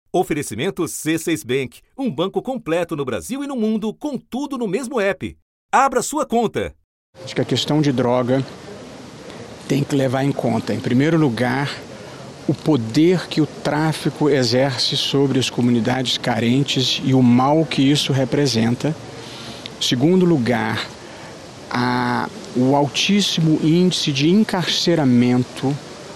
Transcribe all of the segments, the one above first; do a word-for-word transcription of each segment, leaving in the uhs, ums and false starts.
Oferecimento C seis Bank, um banco completo no Brasil e no mundo, com tudo no mesmo app. Abra sua conta. Acho que a questão de droga tem que levar em conta, em primeiro lugar, o poder que o tráfico exerce sobre as comunidades carentes e o mal que isso representa. Em segundo lugar, a, o altíssimo índice de encarceramento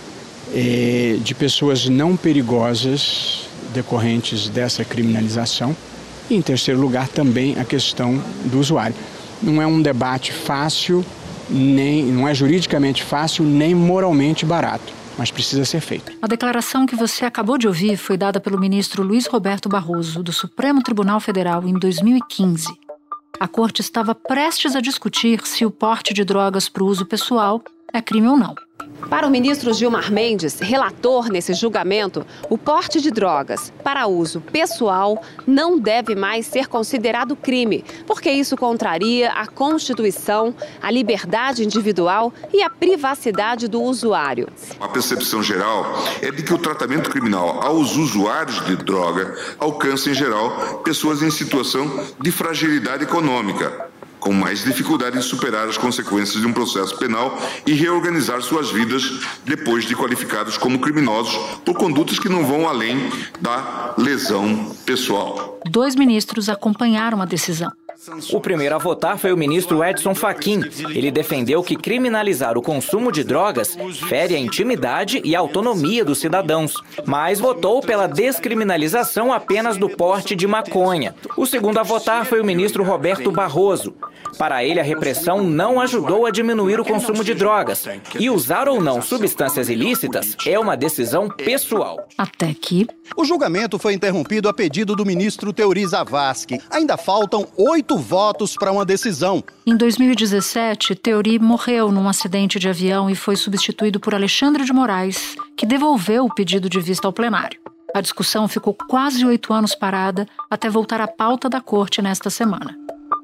eh, de pessoas não perigosas decorrentes dessa criminalização. E, em terceiro lugar, também a questão do usuário. Não é um debate fácil, nem, não é juridicamente fácil, nem moralmente barato, mas precisa ser feito. A declaração que você acabou de ouvir foi dada pelo ministro Luiz Roberto Barroso, do Supremo Tribunal Federal, em dois mil e quinze. A corte estava prestes a discutir se o porte de drogas para o uso pessoal é crime ou não. Para o ministro Gilmar Mendes, relator nesse julgamento, o porte de drogas para uso pessoal não deve mais ser considerado crime, porque isso contraria a Constituição, a liberdade individual e a privacidade do usuário. A percepção geral é de que o tratamento criminal aos usuários de droga alcança, em geral, pessoas em situação de fragilidade econômica, com mais dificuldade em superar as consequências de um processo penal e reorganizar suas vidas depois de qualificados como criminosos por condutas que não vão além da lesão pessoal. Dois ministros acompanharam a decisão. O primeiro a votar foi o ministro Edson Fachin. Ele defendeu que criminalizar o consumo de drogas fere a intimidade e a autonomia dos cidadãos, mas votou pela descriminalização apenas do porte de maconha. O segundo a votar foi o ministro Roberto Barroso. Para ele, a repressão não ajudou a diminuir o consumo de drogas. E usar ou não substâncias ilícitas é uma decisão pessoal. Até que... O julgamento foi interrompido a pedido do ministro Teori Zavascki. Ainda faltam oito votos para uma decisão. Em dois mil e dezessete, Teori morreu num acidente de avião e foi substituído por Alexandre de Moraes, que devolveu o pedido de vista ao plenário. A discussão ficou quase oito anos parada até voltar à pauta da corte nesta semana.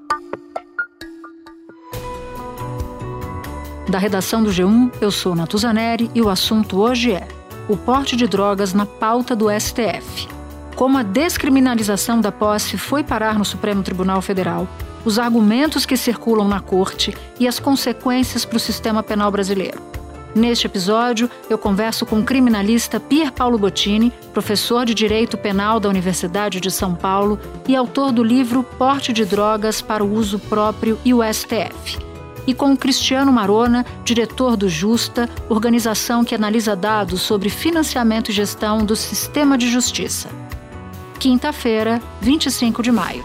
Da redação do G um, eu sou Natuzaneri e o assunto hoje é o porte de drogas na pauta do S T F. Como a descriminalização da posse foi parar no Supremo Tribunal Federal, os argumentos que circulam na corte e as consequências para o sistema penal brasileiro. Neste episódio, eu converso com o criminalista Pier Paolo Bottini, professor de Direito Penal da Universidade de São Paulo e autor do livro Porte de Drogas para o Uso Próprio e o S T F. E com o Cristiano Marona, diretor do Justa, organização que analisa dados sobre financiamento e gestão do sistema de justiça. Quinta-feira, vinte e cinco de maio.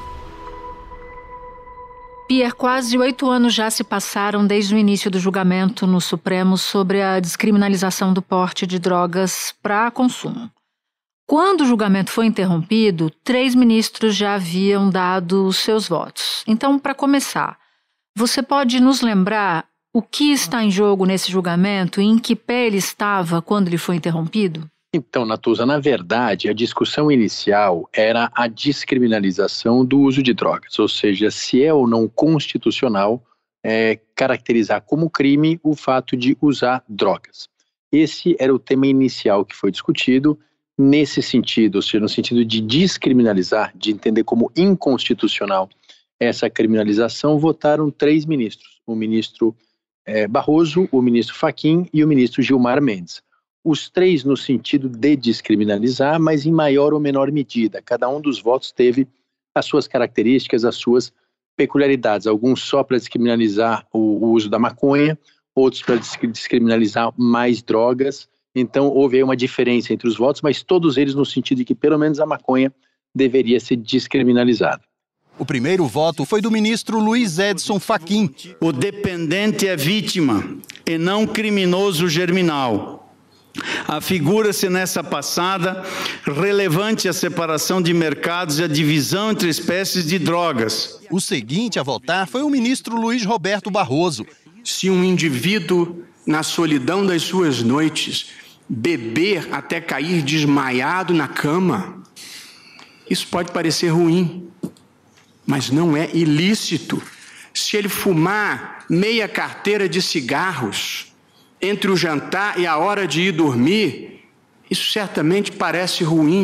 Pier, quase oito anos já se passaram desde o início do julgamento no Supremo sobre a descriminalização do porte de drogas para consumo. Quando o julgamento foi interrompido, três ministros já haviam dado os seus votos. Então, para começar, você pode nos lembrar o que está em jogo nesse julgamento e em que pé ele estava quando ele foi interrompido? Então, Natuza, na verdade, a discussão inicial era a descriminalização do uso de drogas, ou seja, se é ou não constitucional é, caracterizar como crime o fato de usar drogas. Esse era o tema inicial que foi discutido. Nesse sentido, ou seja, no sentido de descriminalizar, de entender como inconstitucional essa criminalização, votaram três ministros, o ministro eh, Barroso, o ministro Fachin e o ministro Gilmar Mendes. Os três no sentido de descriminalizar, mas em maior ou menor medida. Cada um dos votos teve as suas características, as suas peculiaridades. Alguns só para descriminalizar o, o uso da maconha, outros para descriminalizar mais drogas. Então houve aí uma diferença entre os votos, mas todos eles no sentido de que pelo menos a maconha deveria ser descriminalizada. O primeiro voto foi do ministro Luiz Edson Fachin. O dependente é vítima e não criminoso germinal. Afigura-se nessa passada relevante a separação de mercados e a divisão entre espécies de drogas. O seguinte a votar foi o ministro Luiz Roberto Barroso. Se um indivíduo, na solidão das suas noites, beber até cair desmaiado na cama, isso pode parecer ruim, mas não é ilícito. Se ele fumar meia carteira de cigarros entre o jantar e a hora de ir dormir, isso certamente parece ruim,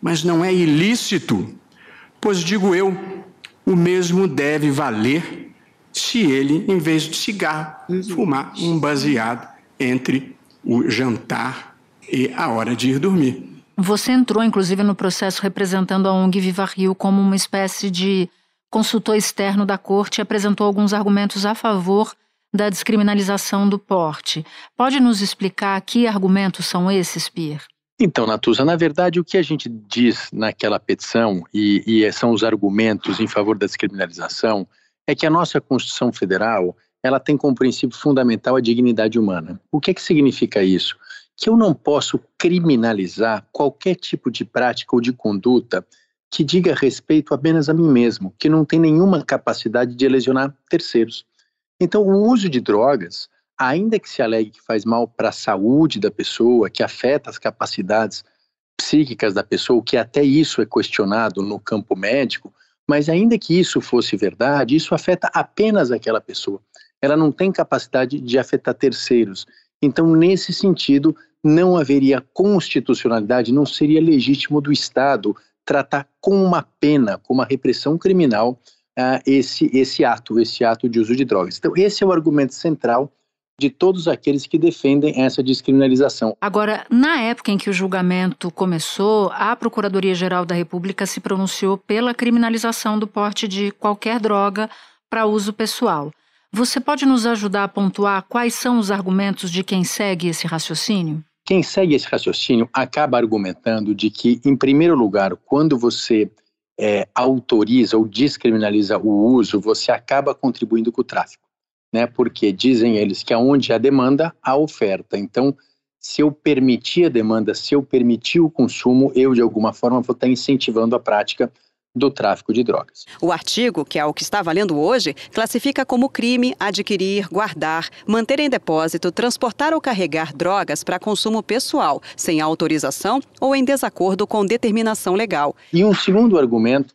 mas não é ilícito, pois, digo eu, o mesmo deve valer se ele, em vez de cigarro, fumar um baseado entre o jantar e a hora de ir dormir. Você entrou, inclusive, no processo representando a O N G Viva Rio como uma espécie de consultor externo da corte e apresentou alguns argumentos a favor da descriminalização do porte. Pode nos explicar que argumentos são esses, Pierre? Então, Natuza, na verdade, o que a gente diz naquela petição, e, e são os argumentos em favor da descriminalização, é que a nossa Constituição Federal, ela tem como princípio fundamental a dignidade humana. O que é que significa isso? Que eu não posso criminalizar qualquer tipo de prática ou de conduta que diga respeito apenas a mim mesmo, que não tem nenhuma capacidade de lesionar terceiros. Então, o uso de drogas, ainda que se alegue que faz mal para a saúde da pessoa, que afeta as capacidades psíquicas da pessoa, que até isso é questionado no campo médico, mas ainda que isso fosse verdade, isso afeta apenas aquela pessoa. Ela não tem capacidade de afetar terceiros. Então, nesse sentido, não haveria constitucionalidade, não seria legítimo do Estado tratar com uma pena, com uma repressão criminal, uh, esse, esse ato, esse ato de uso de drogas. Então, esse é o argumento central de todos aqueles que defendem essa descriminalização. Agora, na época em que o julgamento começou, a Procuradoria-Geral da República se pronunciou pela criminalização do porte de qualquer droga para uso pessoal. Você pode nos ajudar a pontuar quais são os argumentos de quem segue esse raciocínio? Quem segue esse raciocínio acaba argumentando de que, em primeiro lugar, quando você é, autoriza ou descriminaliza o uso, você acaba contribuindo com o tráfico. Né, porque dizem eles que aonde há demanda, há oferta. Então, se eu permitir a demanda, se eu permitir o consumo, eu, de alguma forma, vou estar incentivando a prática do tráfico de drogas. O artigo, que é o que está valendo hoje, classifica como crime adquirir, guardar, manter em depósito, transportar ou carregar drogas para consumo pessoal, sem autorização ou em desacordo com determinação legal. E um segundo argumento,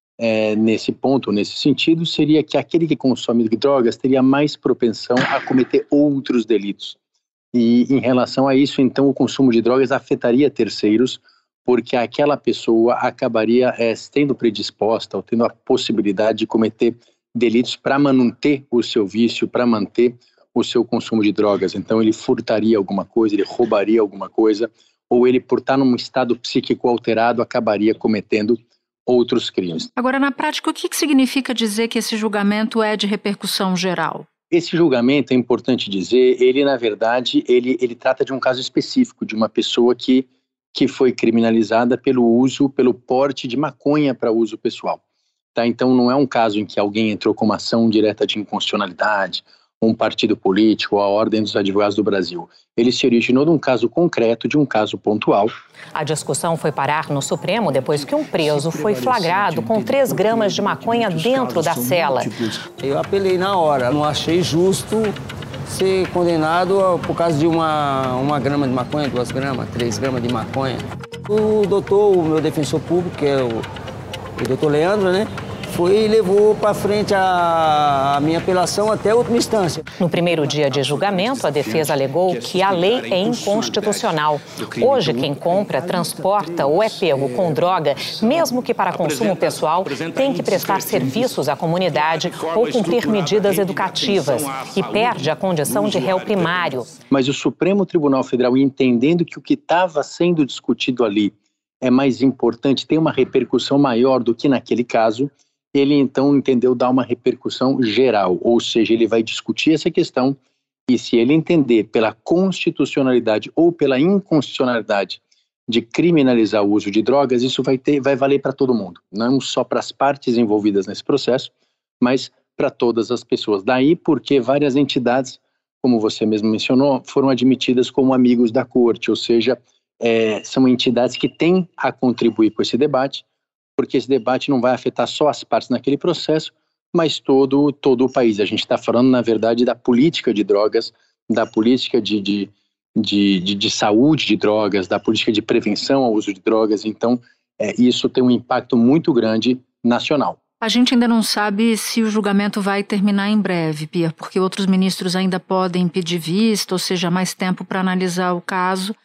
É, nesse ponto, nesse sentido, seria que aquele que consome drogas teria mais propensão a cometer outros delitos. E em relação a isso, então, o consumo de drogas afetaria terceiros, porque aquela pessoa acabaria é, tendo predisposta ou tendo a possibilidade de cometer delitos para manter o seu vício, para manter o seu consumo de drogas. Então, ele furtaria alguma coisa, ele roubaria alguma coisa, ou ele, por estar num estado psíquico alterado, acabaria cometendo outros crimes. Agora, na prática, o que significa dizer que esse julgamento é de repercussão geral? Esse julgamento, é importante dizer, ele, na verdade, ele, ele trata de um caso específico, de uma pessoa que, que foi criminalizada pelo uso, pelo porte de maconha para uso pessoal. Tá? Então, não é um caso em que alguém entrou com uma ação direta de inconstitucionalidade, um partido político ou a Ordem dos Advogados do Brasil. Ele se originou de um caso concreto, de um caso pontual. A discussão foi parar no Supremo depois que um preso foi flagrado com três gramas de maconha dentro da cela. Eu apelei na hora, não achei justo ser condenado por causa de uma, uma grama de maconha, duas gramas, três gramas de maconha. O doutor, o meu defensor público, que é o, o doutor Leandro, né? Foi e levou para frente a, a minha apelação até a última instância. No primeiro dia de julgamento, a defesa alegou que a lei é inconstitucional. Hoje, quem compra, transporta ou é pego com droga, mesmo que para consumo pessoal, tem que prestar serviços à comunidade ou cumprir medidas educativas e perde a condição de réu primário. Mas o Supremo Tribunal Federal, entendendo que o que estava sendo discutido ali é mais importante, tem uma repercussão maior do que naquele caso, ele então entendeu dar uma repercussão geral, ou seja, ele vai discutir essa questão e se ele entender pela constitucionalidade ou pela inconstitucionalidade de criminalizar o uso de drogas, isso vai, ter, vai valer para todo mundo, não só para as partes envolvidas nesse processo, mas para todas as pessoas. Daí porque várias entidades, como você mesmo mencionou, foram admitidas como amigos da corte, ou seja, é, são entidades que têm a contribuir com esse debate, porque esse debate não vai afetar só as partes naquele processo, mas todo, todo o país. A gente está falando, na verdade, da política de drogas, da política de, de, de, de, de saúde de drogas, da política de prevenção ao uso de drogas. Então, é, isso tem um impacto muito grande nacional. A gente ainda não sabe se o julgamento vai terminar em breve, Pierre, porque outros ministros ainda podem pedir vista, ou seja, mais tempo para analisar o caso.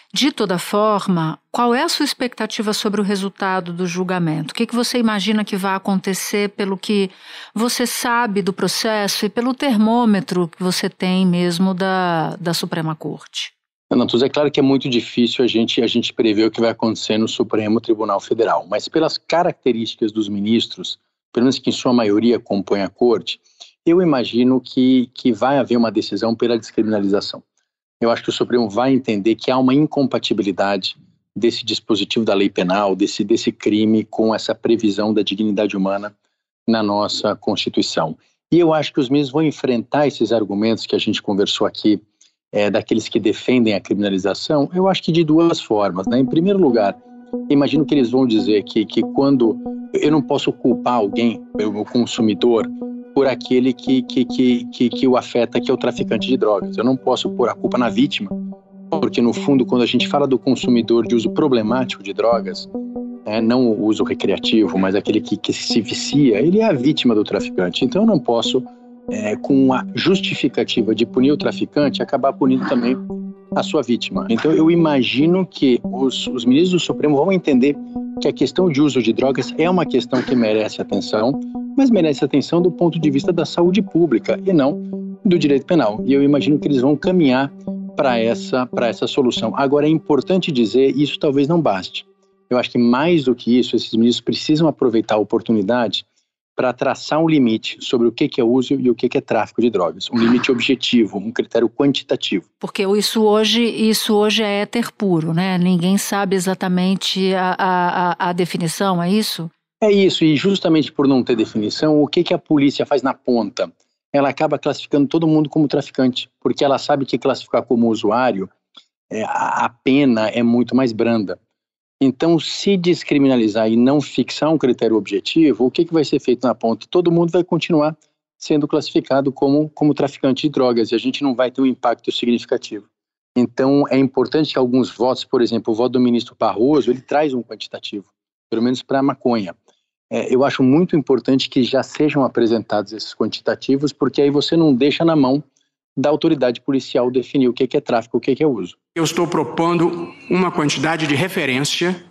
De toda forma, qual é a sua expectativa sobre o resultado do julgamento? O que, que você imagina que vai acontecer pelo que você sabe do processo e pelo termômetro que você tem mesmo da, da Suprema Corte? Natuza, é claro que é muito difícil a gente, a gente prever o que vai acontecer no Supremo Tribunal Federal, mas pelas características dos ministros, pelo menos que em sua maioria compõem a Corte, eu imagino que, que vai haver uma decisão pela descriminalização. Eu acho que o Supremo vai entender que há uma incompatibilidade desse dispositivo da lei penal, desse, desse crime, com essa previsão da dignidade humana na nossa Constituição. E eu acho que os ministros vão enfrentar esses argumentos que a gente conversou aqui, é, daqueles que defendem a criminalização, eu acho que de duas formas, né? Em primeiro lugar, imagino que eles vão dizer que, que quando eu não posso culpar alguém, o consumidor, por aquele que, que, que, que, que o afeta, que é o traficante de drogas. Eu não posso pôr a culpa na vítima, porque no fundo, quando a gente fala do consumidor de uso problemático de drogas, é, não o uso recreativo, mas aquele que, que se vicia, ele é a vítima do traficante. Então eu não posso, é, com a justificativa de punir o traficante, acabar punindo também a sua vítima. Então eu imagino que os, os ministros do Supremo vão entender que a questão de uso de drogas é uma questão que merece atenção, mas merece atenção do ponto de vista da saúde pública e não do direito penal. E eu imagino que eles vão caminhar para essa, para essa solução. Agora é importante dizer, isso talvez não baste. Eu acho que mais do que isso, esses ministros precisam aproveitar a oportunidade para traçar um limite sobre o que é uso e o que é tráfico de drogas. Um limite objetivo, um critério quantitativo. Porque isso hoje, isso hoje é éter puro, né? Ninguém sabe exatamente a, a, a definição, é isso? É isso, e justamente por não ter definição, o que, que a polícia faz na ponta? Ela acaba classificando todo mundo como traficante, porque ela sabe que classificar como usuário, é, a, a pena é muito mais branda. Então, se descriminalizar e não fixar um critério objetivo, o que, que vai ser feito na ponta? Todo mundo vai continuar sendo classificado como, como traficante de drogas e a gente não vai ter um impacto significativo. Então, é importante que alguns votos, por exemplo, o voto do ministro Barroso, ele traz um quantitativo, pelo menos para a maconha. É, eu acho muito importante que já sejam apresentados esses quantitativos, porque aí você não deixa na mão da autoridade policial definir o que é tráfico, o que é uso. Eu estou propondo uma quantidade de referência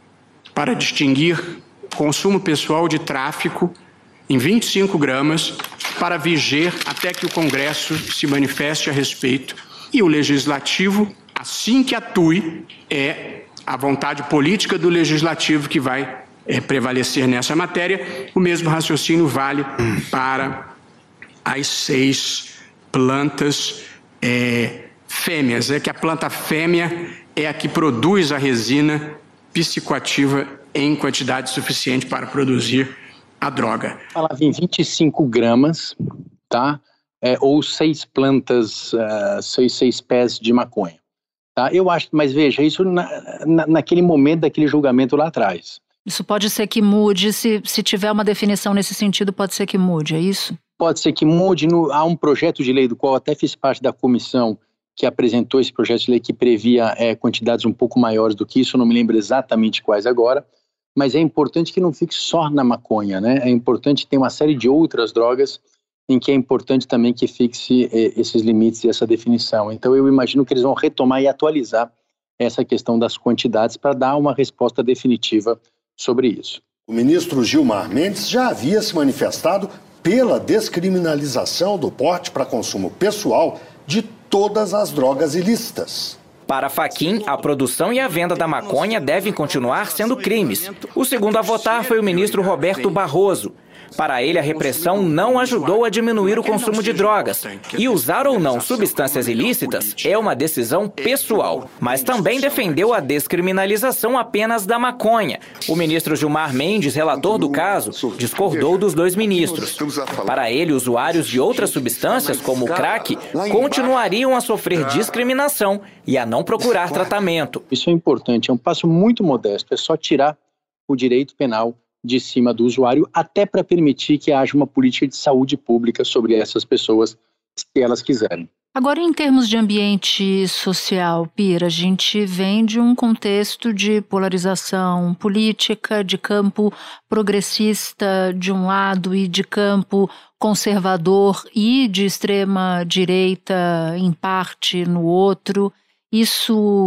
para distinguir consumo pessoal de tráfico em vinte e cinco gramas para viger até que o Congresso se manifeste a respeito e o Legislativo, assim que atue, é a vontade política do Legislativo que vai é, prevalecer nessa matéria. O mesmo raciocínio vale para as seis plantas é, fêmeas. É que a planta fêmea é a que produz a resina psicoativa em quantidade suficiente para produzir a droga. Falava em vinte e cinco gramas, tá? É, ou seis plantas, uh, seis, seis pés de maconha. Tá? Eu acho, mas veja, isso na, na, naquele momento daquele julgamento lá atrás. Isso pode ser que mude, se, se tiver uma definição nesse sentido, pode ser que mude, é isso? Pode ser que mude. No, há um projeto de lei do qual até fiz parte da comissão que apresentou esse projeto de lei que previa é, quantidades um pouco maiores do que isso, eu não me lembro exatamente quais agora, mas é importante que não fique só na maconha, né? É importante ter uma série de outras drogas em que é importante também que fixe eh, esses limites e essa definição. Então eu imagino que eles vão retomar e atualizar essa questão das quantidades para dar uma resposta definitiva sobre isso. O ministro Gilmar Mendes já havia se manifestado pela descriminalização do porte para consumo pessoal de todas as drogas ilícitas. Para Fachin, a produção e a venda da maconha devem continuar sendo crimes. O segundo a votar foi o ministro Roberto Barroso. Para ele, a repressão não ajudou a diminuir o consumo de drogas. E usar ou não substâncias ilícitas é uma decisão pessoal. Mas também defendeu a descriminalização apenas da maconha. O ministro Gilmar Mendes, relator do caso, discordou dos dois ministros. Para ele, usuários de outras substâncias, como o crack, continuariam a sofrer discriminação e a não procurar tratamento. Isso é importante, é um passo muito modesto, é só tirar o direito penal de cima do usuário, até para permitir que haja uma política de saúde pública sobre essas pessoas, se elas quiserem. Agora, em termos de ambiente social, Pira, a gente vem de um contexto de polarização política, de campo progressista de um lado e de campo conservador e de extrema direita, em parte, no outro. Isso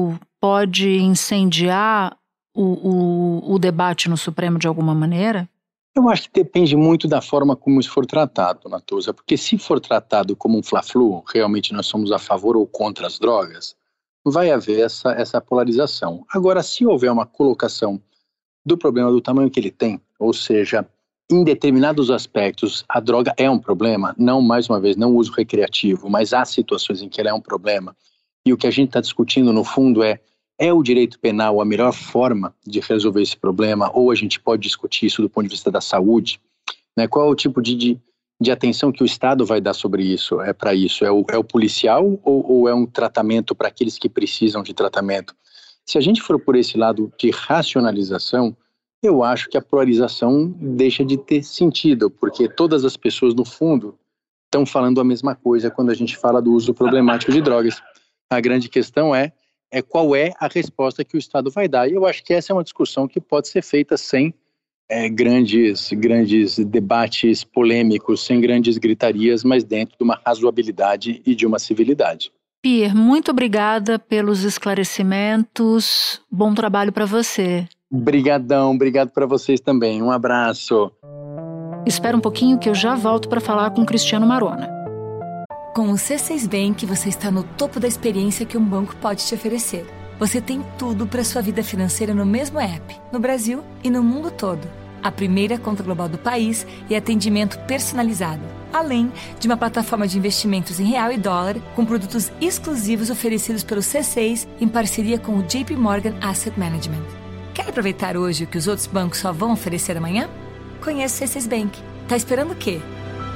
pode incendiar o, o, o debate no Supremo de alguma maneira? Eu acho que depende muito da forma como isso for tratado, Natuza, porque se for tratado como um fla-flu, realmente nós somos a favor ou contra as drogas, vai haver essa, essa polarização. Agora, se houver uma colocação do problema do tamanho que ele tem, ou seja, em determinados aspectos a droga é um problema, não, mais uma vez, não o uso recreativo, mas há situações em que ela é um problema, e o que a gente está discutindo no fundo é É o direito penal a melhor forma de resolver esse problema, ou a gente pode discutir isso do ponto de vista da saúde? Né? Qual é o tipo de, de, de atenção que o Estado vai dar sobre isso? É para isso? É o, é o policial ou, ou é um tratamento para aqueles que precisam de tratamento? Se a gente for por esse lado de racionalização, eu acho que a polarização deixa de ter sentido, porque todas as pessoas, no fundo, estão falando a mesma coisa quando a gente fala do uso problemático de drogas. A grande questão é é qual é a resposta que o Estado vai dar. E eu acho que essa é uma discussão que pode ser feita sem é, grandes, grandes debates polêmicos, sem grandes gritarias, mas dentro de uma razoabilidade e de uma civilidade. Pierre, muito obrigada pelos esclarecimentos. Bom trabalho para você. Obrigadão, obrigado para vocês também. Um abraço. Espera um pouquinho que eu já volto para falar com Cristiano Marona. Com o C seis Bank, você está no topo da experiência que um banco pode te oferecer. Você tem tudo para sua vida financeira no mesmo app, no Brasil e no mundo todo. A primeira conta global do país e atendimento personalizado. Além de uma plataforma de investimentos em real e dólar, com produtos exclusivos oferecidos pelo C seis em parceria com o J P Morgan Asset Management. Quer aproveitar hoje o que os outros bancos só vão oferecer amanhã? Conheça o C seis Bank. Tá esperando o quê?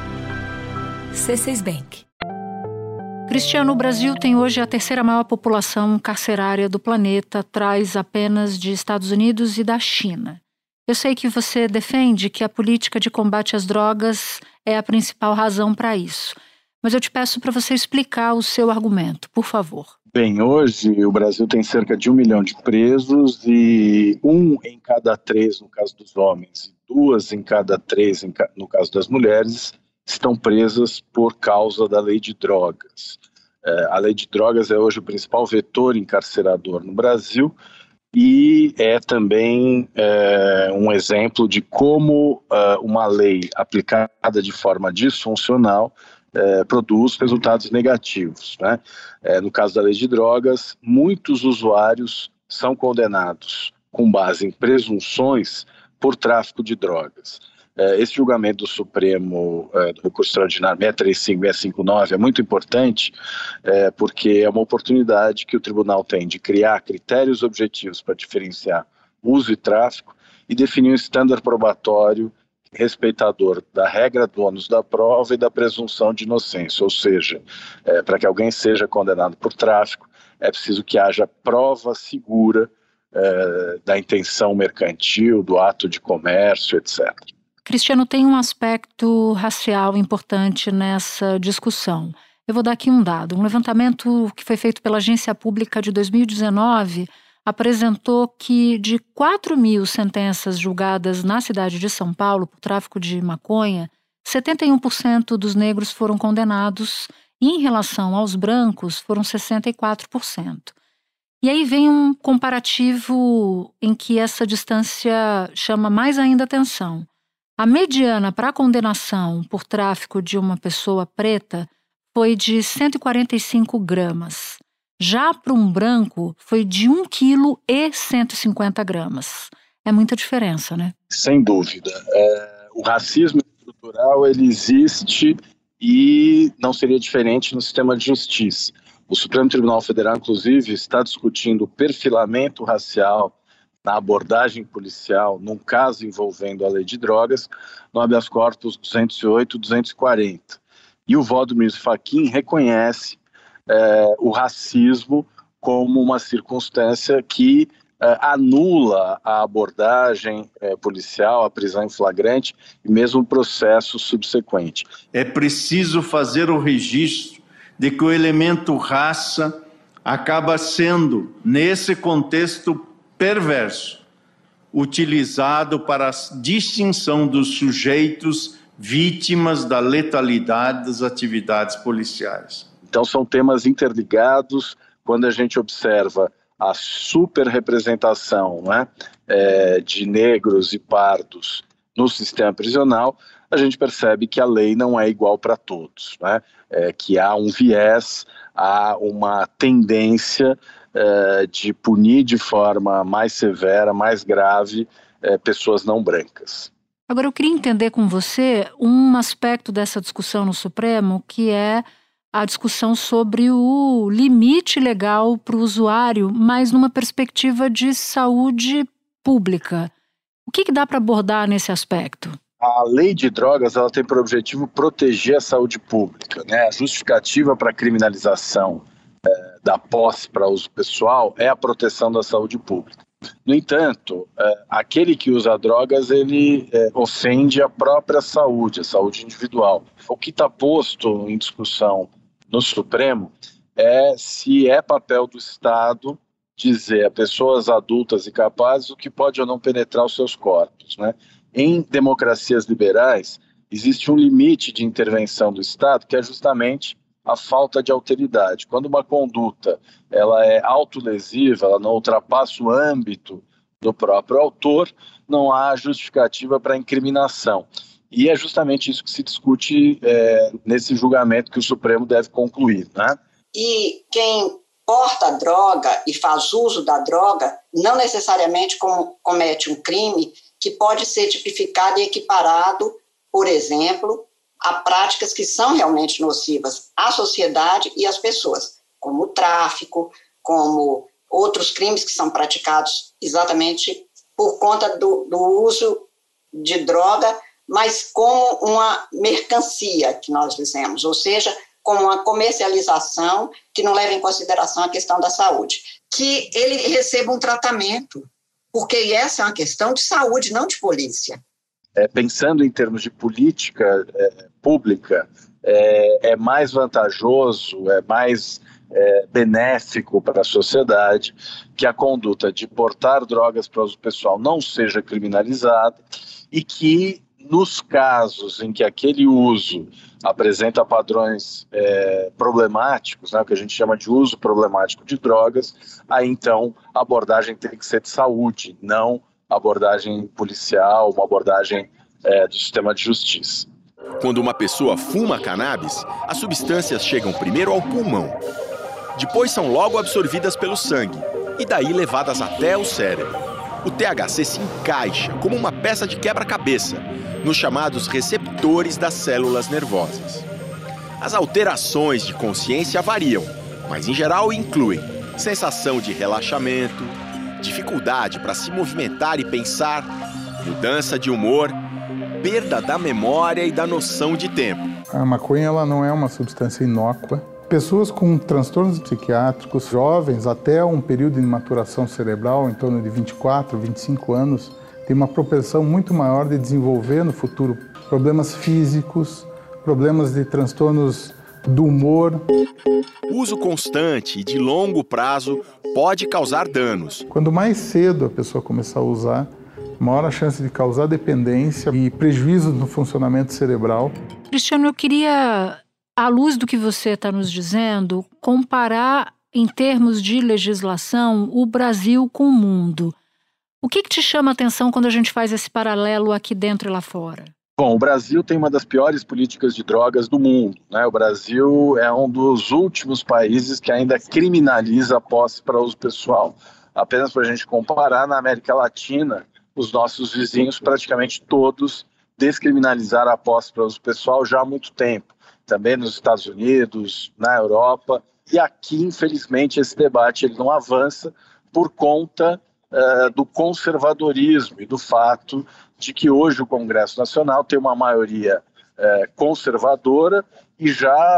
C seis Bank. Cristiano, o Brasil tem hoje a terceira maior população carcerária do planeta, atrás apenas de Estados Unidos e da China. Eu sei que você defende que a política de combate às drogas é a principal razão para isso, mas eu te peço para você explicar o seu argumento, por favor. Bem, hoje o Brasil tem cerca de um milhão de presos e um em cada três no caso dos homens, e duas em cada três no caso das mulheres, estão presas por causa da lei de drogas. É, a lei de drogas é hoje o principal vetor encarcerador no Brasil e é também é, um exemplo de como é, uma lei aplicada de forma disfuncional é, produz resultados negativos, né? É, no caso da lei de drogas, muitos usuários são condenados com base em presunções por tráfico de drogas. Esse julgamento do Supremo, é, do recurso extraordinário seiscentos e trinta e cinco, seiscentos e cinquenta e nove é muito importante é, porque é uma oportunidade que o tribunal tem de criar critérios objetivos para diferenciar uso e tráfico e definir um estándar probatório respeitador da regra do ônus da prova e da presunção de inocência, ou seja, é, para que alguém seja condenado por tráfico é preciso que haja prova segura é, da intenção mercantil, do ato de comércio, etcétera. Cristiano, tem um aspecto racial importante nessa discussão. Eu vou dar aqui um dado. Um levantamento que foi feito pela Agência Pública de dois mil e dezenove apresentou que de quatro mil sentenças julgadas na cidade de São Paulo por tráfico de maconha, setenta e um por cento dos negros foram condenados e em relação aos brancos foram sessenta e quatro por cento. E aí vem um comparativo em que essa distância chama mais ainda atenção. A mediana para a condenação por tráfico de uma pessoa preta foi de cento e quarenta e cinco gramas. Já para um branco foi de um vírgula cento e cinquenta gramas. É muita diferença, né? Sem dúvida. É, o racismo estrutural ele existe e não seria diferente no sistema de justiça. O Supremo Tribunal Federal, inclusive, está discutindo o perfilamento racial na abordagem policial, num caso envolvendo a lei de drogas, no habeas corpus duzentos e oito e duzentos e quarenta. E o voto do ministro Fachin reconhece é, o racismo como uma circunstância que é, anula a abordagem é, policial, a prisão em flagrante e mesmo o processo subsequente. É preciso fazer o registro de que o elemento raça acaba sendo, nesse contexto perverso, utilizado para a distinção dos sujeitos vítimas da letalidade das atividades policiais. Então são temas interligados. Quando a gente observa a superrepresentação, né, é, de negros e pardos no sistema prisional, a gente percebe que a lei não é igual para todos, né, é, que há um viés, há uma tendência é, de punir de forma mais severa, mais grave, é, pessoas não brancas. Agora, eu queria entender com você um aspecto dessa discussão no Supremo, que é a discussão sobre o limite legal para o usuário, mas numa perspectiva de saúde pública. O que, que dá para abordar nesse aspecto? A lei de drogas, ela tem por objetivo proteger a saúde pública, né? A justificativa para a criminalização é, da posse para uso pessoal é a proteção da saúde pública. No entanto, é, aquele que usa drogas, ele é, ofende a própria saúde, a saúde individual. O que está posto em discussão no Supremo é se é papel do Estado dizer a pessoas adultas e capazes o que pode ou não penetrar os seus corpos, né? Em democracias liberais, existe um limite de intervenção do Estado, que é justamente a falta de alteridade. Quando uma conduta ela é autolesiva, ela não ultrapassa o âmbito do próprio autor, não há justificativa para incriminação. E é justamente isso que se discute é, nesse julgamento que o Supremo deve concluir, né? E quem porta droga e faz uso da droga não necessariamente com, comete um crime que pode ser tipificado e equiparado, por exemplo, a práticas que são realmente nocivas à sociedade e às pessoas, como o tráfico, como outros crimes que são praticados exatamente por conta do, do uso de droga, mas como uma mercancia, que nós dizemos, ou seja, como uma comercialização que não leva em consideração a questão da saúde. Que ele receba um tratamento, porque essa é uma questão de saúde, não de polícia. É, pensando em termos de política é, pública, é, é mais vantajoso, é mais é, benéfico para a sociedade que a conduta de portar drogas para uso pessoal não seja criminalizada e que, nos casos em que aquele uso apresenta padrões é, problemáticos, né, o que a gente chama de uso problemático de drogas, aí então a abordagem tem que ser de saúde, não abordagem policial, uma abordagem é, do sistema de justiça. Quando uma pessoa fuma cannabis, as substâncias chegam primeiro ao pulmão, depois são logo absorvidas pelo sangue e daí levadas até o cérebro. O T H C se encaixa como uma peça de quebra-cabeça nos chamados receptores das células nervosas. As alterações de consciência variam, mas em geral incluem sensação de relaxamento, dificuldade para se movimentar e pensar, mudança de humor, perda da memória e da noção de tempo. A maconha ela não é uma substância inócua. Pessoas com transtornos psiquiátricos, jovens até um período de maturação cerebral, em torno de vinte e quatro, vinte e cinco anos, têm uma propensão muito maior de desenvolver no futuro problemas físicos, problemas de transtornos do humor. O uso constante e de longo prazo pode causar danos. Quando mais cedo a pessoa começar a usar, maior a chance de causar dependência e prejuízos no funcionamento cerebral. Cristiano, eu queria, à luz do que você está nos dizendo, comparar em termos de legislação o Brasil com o mundo. O que, que te chama a atenção quando a gente faz esse paralelo aqui dentro e lá fora? Bom, o Brasil tem uma das piores políticas de drogas do mundo, né? O Brasil é um dos últimos países que ainda criminaliza a posse para uso pessoal. Apenas para a gente comparar, na América Latina, os nossos vizinhos praticamente todos descriminalizaram a posse para uso pessoal já há muito tempo. Também nos Estados Unidos, na Europa. E aqui, infelizmente, esse debate ele não avança por conta uh, do conservadorismo e do fato de que hoje o Congresso Nacional tem uma maioria uh, conservadora e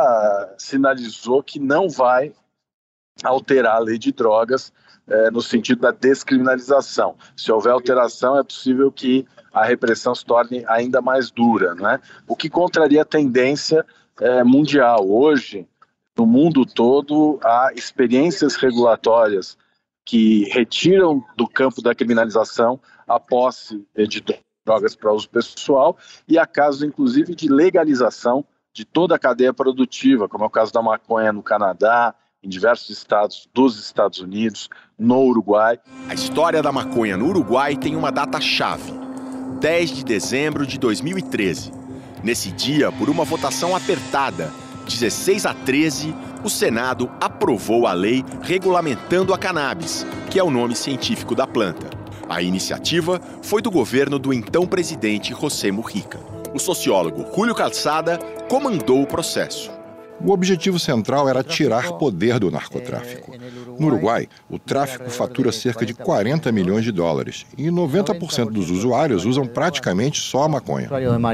já sinalizou que não vai alterar a lei de drogas uh, no sentido da descriminalização. Se houver alteração, é possível que a repressão se torne ainda mais dura, né? O que contraria a tendência uh, mundial. Hoje, no mundo todo, há experiências regulatórias que retiram do campo da criminalização a posse de drogas para uso pessoal e há casos, inclusive, de legalização de toda a cadeia produtiva, como é o caso da maconha no Canadá, em diversos estados dos Estados Unidos, no Uruguai. A história da maconha no Uruguai tem uma data-chave, dez de dezembro de dois mil e treze. Nesse dia, por uma votação apertada, dezesseis a treze, o Senado aprovou a lei regulamentando a cannabis, que é o nome científico da planta. A iniciativa foi do governo do então presidente José Mujica. O sociólogo Julio Calçada comandou o processo. O objetivo central era tirar poder do narcotráfico. No Uruguai, o tráfico fatura cerca de quarenta milhões de dólares e noventa por cento dos usuários usam praticamente só a maconha.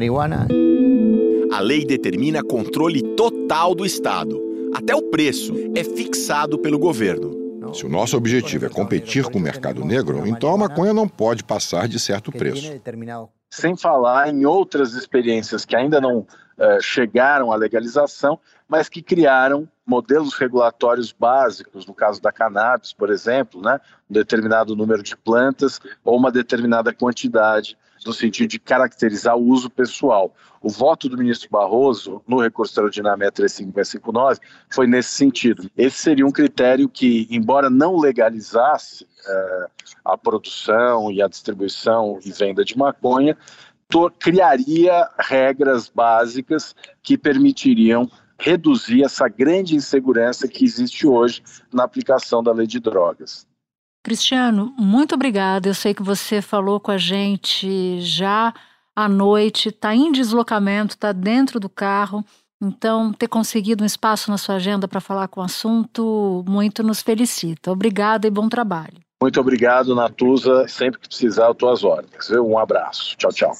A lei determina controle total do Estado. Até o preço é fixado pelo governo. Se o nosso objetivo é competir com o mercado negro, então a maconha não pode passar de certo preço. Sem falar em outras experiências que ainda não uh, chegaram à legalização, mas que criaram modelos regulatórios básicos, no caso da cannabis, por exemplo, né, um determinado número de plantas ou uma determinada quantidade, no sentido de caracterizar o uso pessoal. O voto do ministro Barroso no recurso extraordinário seis três cinco seis cinco nove foi nesse sentido. Esse seria um critério que, embora não legalizasse eh, a produção e a distribuição e venda de maconha, to- criaria regras básicas que permitiriam reduzir essa grande insegurança que existe hoje na aplicação da lei de drogas. Cristiano, muito obrigada. Eu sei que você falou com a gente já à noite, está em deslocamento, está dentro do carro. Então, ter conseguido um espaço na sua agenda para falar com o assunto, muito nos felicita. Obrigada e bom trabalho. Muito obrigado, Natuza. Sempre que precisar, eu estou às ordens. Um abraço. Tchau, tchau.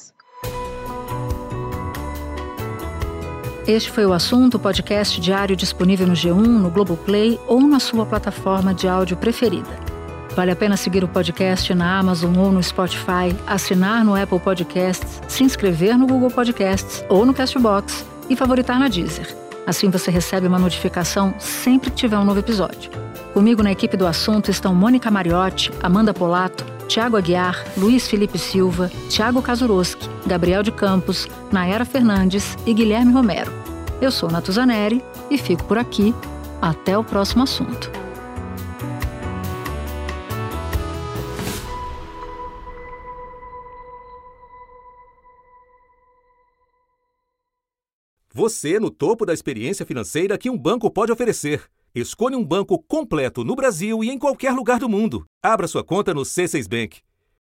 Este foi o Assunto, podcast diário disponível no G um, no Globoplay ou na sua plataforma de áudio preferida. Vale a pena seguir o podcast na Amazon ou no Spotify, assinar no Apple Podcasts, se inscrever no Google Podcasts ou no Castbox e favoritar na Deezer. Assim você recebe uma notificação sempre que tiver um novo episódio. Comigo na equipe do Assunto estão Mônica Mariotti, Amanda Polato, Tiago Aguiar, Luiz Felipe Silva, Tiago Kazuroski, Gabriel de Campos, Nayara Fernandes e Guilherme Romero. Eu sou Natuza Neri e fico por aqui. Até o próximo assunto. Você no topo da experiência financeira que um banco pode oferecer. Escolha um banco completo no Brasil e em qualquer lugar do mundo. Abra sua conta no C seis Bank.